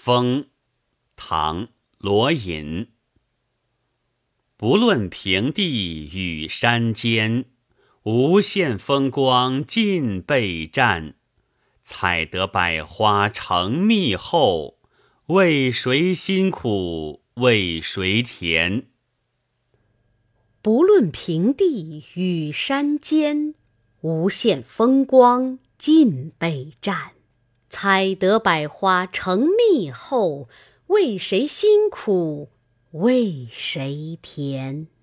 风，唐·罗隐。不论平地与山间，无限风光尽被占。采得百花成蜜后，为谁辛苦为谁甜？ 不论平地与山间，无限风光尽被占。采得百花成蜜后，为谁辛苦为谁甜？